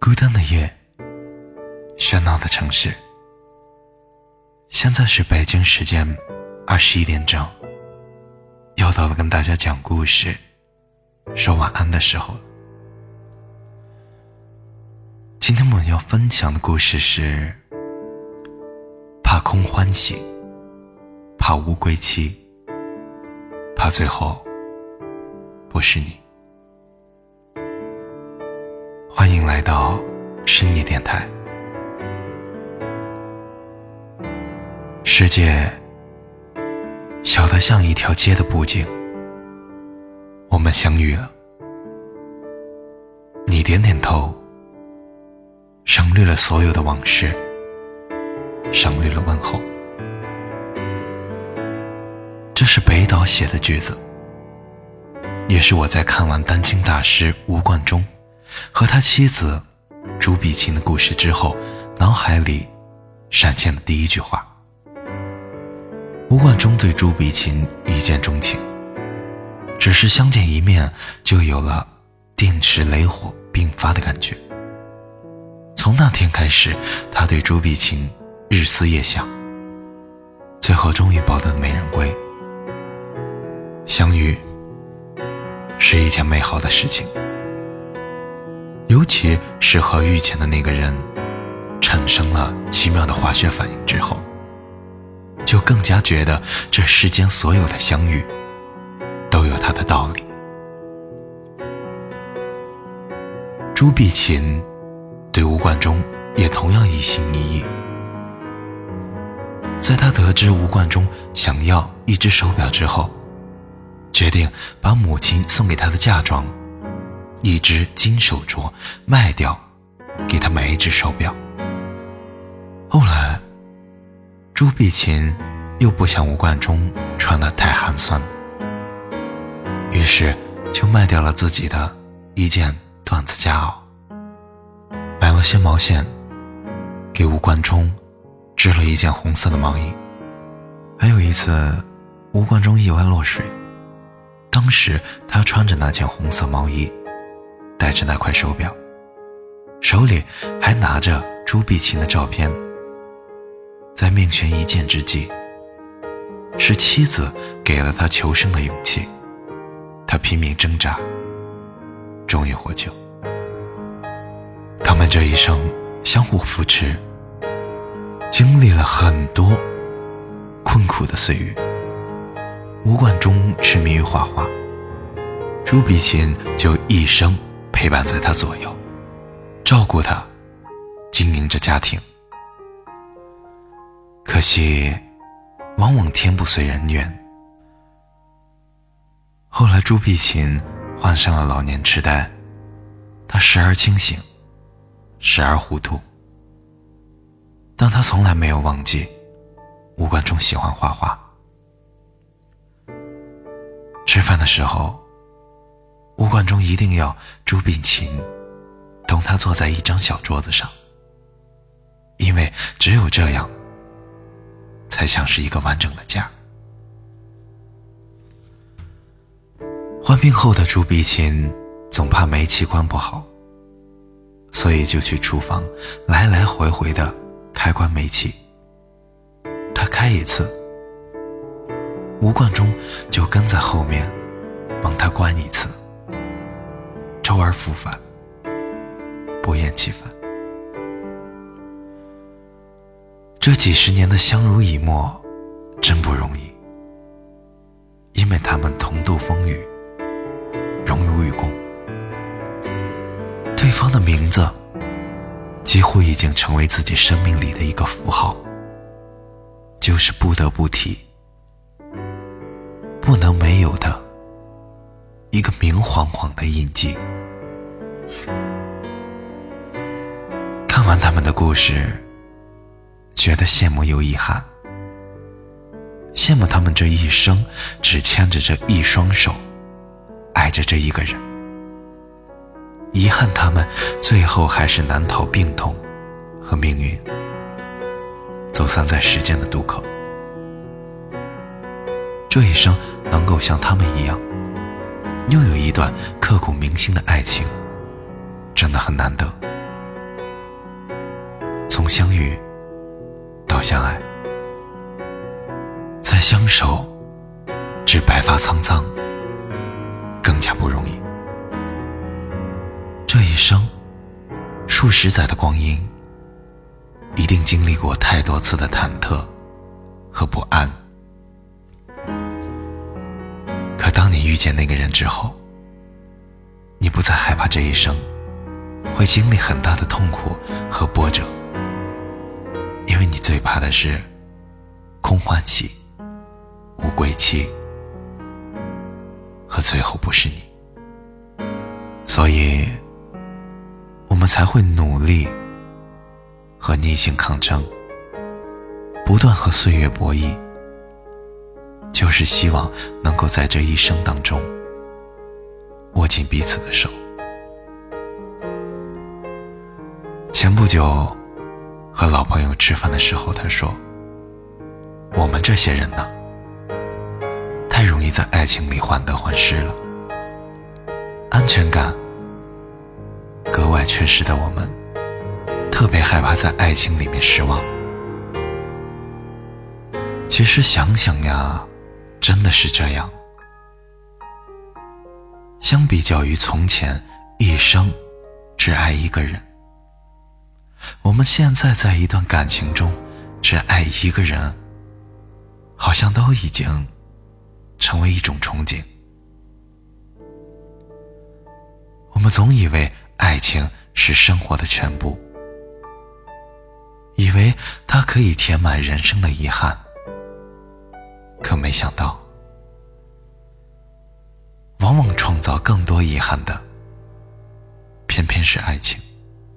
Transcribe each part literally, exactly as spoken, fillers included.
孤单的夜，喧闹的城市。现在是北京时间二十一点整，又到了跟大家讲故事说晚安的时候了。今天我们要分享的故事是怕空欢喜，怕无归期，怕最后不是你。欢迎来到深夜电台。世界小得像一条街的布景，我们相遇了。你点点头，省略了所有的往事，省略了问候。这是北岛写的句子，也是我在看完丹青大师吴冠中和他妻子朱碧琴的故事之后，脑海里闪现的第一句话。吴冠中对朱碧琴一见钟情，只是相见一面就有了电池雷火并发的感觉。从那天开始，他对朱碧琴日思夜想，最后终于抱得美人归。相遇是一件美好的事情，尤其是和遇见的那个人产生了奇妙的化学反应之后，就更加觉得这世间所有的相遇都有它的道理。朱碧琴对吴冠中也同样一心一意。在他得知吴冠中想要一只手表之后，决定把母亲送给他的嫁妆一只金手镯卖掉，给他买一只手表。后来朱碧琴又不想吴冠中穿得太寒酸，于是就卖掉了自己的一件缎子夹袄，买了些毛线，给吴冠中织了一件红色的毛衣。还有一次吴冠中意外落水，当时他穿着那件红色毛衣，戴着那块手表，手里还拿着朱碧琴的照片。在命悬一线之际，是妻子给了他求生的勇气，他拼命挣扎，终于获救。他们这一生相互扶持，经历了很多困苦的岁月。吴冠中痴迷于画画，朱碧琴就一生陪伴在他左右，照顾他，经营着家庭。可惜往往天不遂人愿，后来朱碧琴患上了老年痴呆，她时而清醒，时而糊涂，但她从来没有忘记吴冠中喜欢画画。吃饭的时候，吴冠中一定要朱碧琴同他坐在一张小桌子上，因为只有这样才像是一个完整的家。患病后的朱碧琴总怕煤气关不好，所以就去厨房来来回回的开关煤气。他开一次，吴冠中就跟在后面帮他关一次，周而复返，不厌其烦。这几十年的相濡以沫真不容易，因为他们同度风雨，荣辱与共。对方的名字几乎已经成为自己生命里的一个符号，就是不得不提，不能没有的一个明晃晃的印记。看完他们的故事，觉得羡慕又遗憾。羡慕他们这一生只牵着这一双手，爱着这一个人。遗憾他们最后还是难逃病痛和命运，走散在时间的渡口。这一生能够像他们一样，拥有一段刻骨铭心的爱情，真的很难得。 从相遇到相爱，再相守至白发苍苍，更加不容易。这一生数十载的光阴，一定经历过太多次的忐忑和不安。可当你遇见那个人之后，你不再害怕这一生会经历很大的痛苦和波折，因为你最怕的是空欢喜、无归期，和最后不是你。所以我们才会努力和逆境抗争，不断和岁月博弈，就是希望能够在这一生当中握紧彼此的手。前不久和老朋友吃饭的时候，他说，我们这些人呢，太容易在爱情里患得患失了，安全感格外缺失的我们，特别害怕在爱情里面失望。其实想想呀，真的是这样。相比较于从前一生只爱一个人，我们现在在一段感情中只爱一个人，好像都已经成为一种憧憬。我们总以为爱情是生活的全部，以为它可以填满人生的遗憾，可没想到往往创造更多遗憾的偏偏是爱情。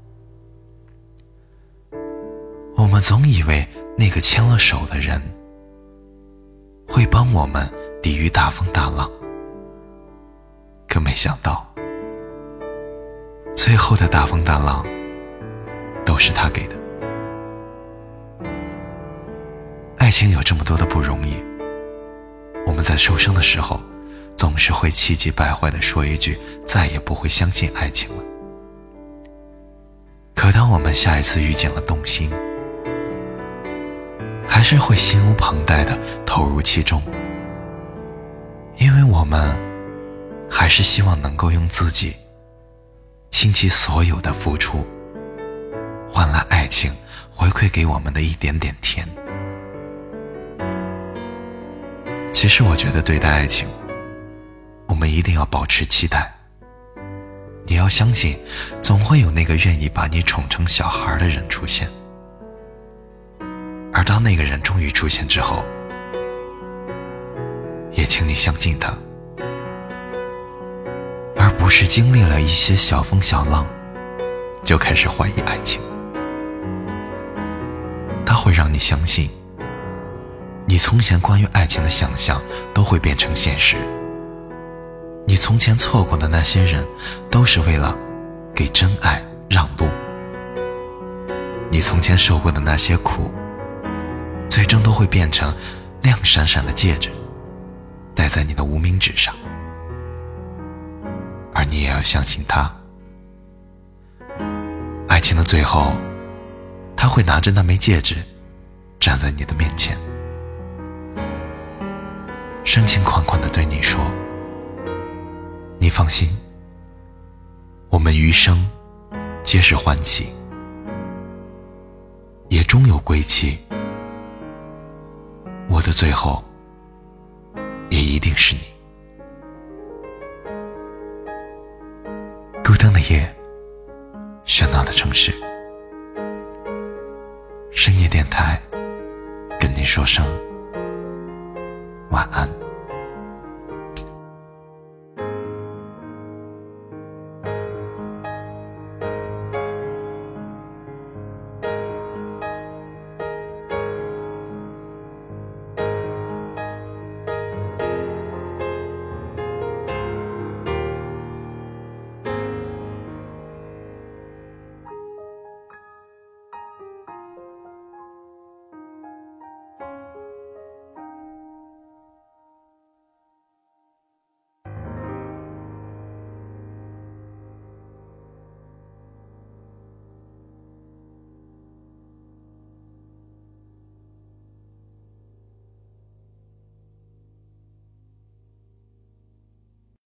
我们总以为那个牵了手的人会帮我们抵御大风大浪，可没想到最后的大风大浪都是他给的。爱情有这么多的不容易，我们在受伤的时候总是会气急败坏地说一句再也不会相信爱情了。可当我们下一次遇见了动心，还是会心无旁贷地投入其中，因为我们还是希望能够用自己倾其所有的付出，换来爱情回馈给我们的一点点甜。其实我觉得对待爱情，我们一定要保持期待。你要相信，总会有那个愿意把你宠成小孩的人出现。而当那个人终于出现之后，也请你相信他，而不是经历了一些小风小浪就开始怀疑爱情。它会让你相信，你从前关于爱情的想象都会变成现实。你从前错过的那些人，都是为了给真爱让路。你从前受过的那些苦，最终都会变成亮闪闪的戒指，戴在你的无名指上。而你也要相信他，爱情的最后，他会拿着那枚戒指站在你的面前，深情款款地对你说，你放心，我们余生皆是欢喜，也终有归期，我的最后也一定是你。孤单的夜，喧闹的城市，深夜电台跟你说声